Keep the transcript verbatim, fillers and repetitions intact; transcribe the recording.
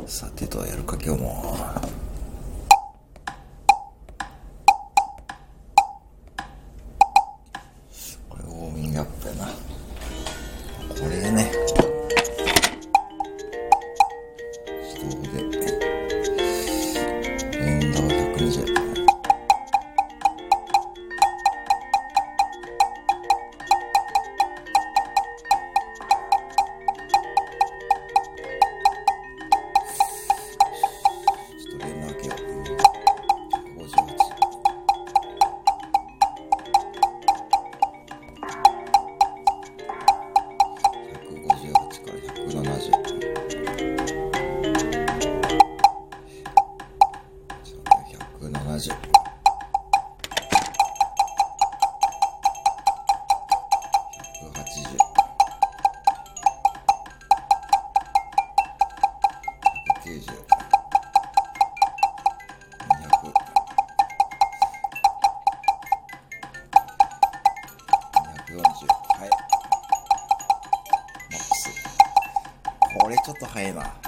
さてとやるか今日も。これウォーミングアップやな。これね自動で運動ひゃくにじゅう、はい、マックス。これちょっと早いな。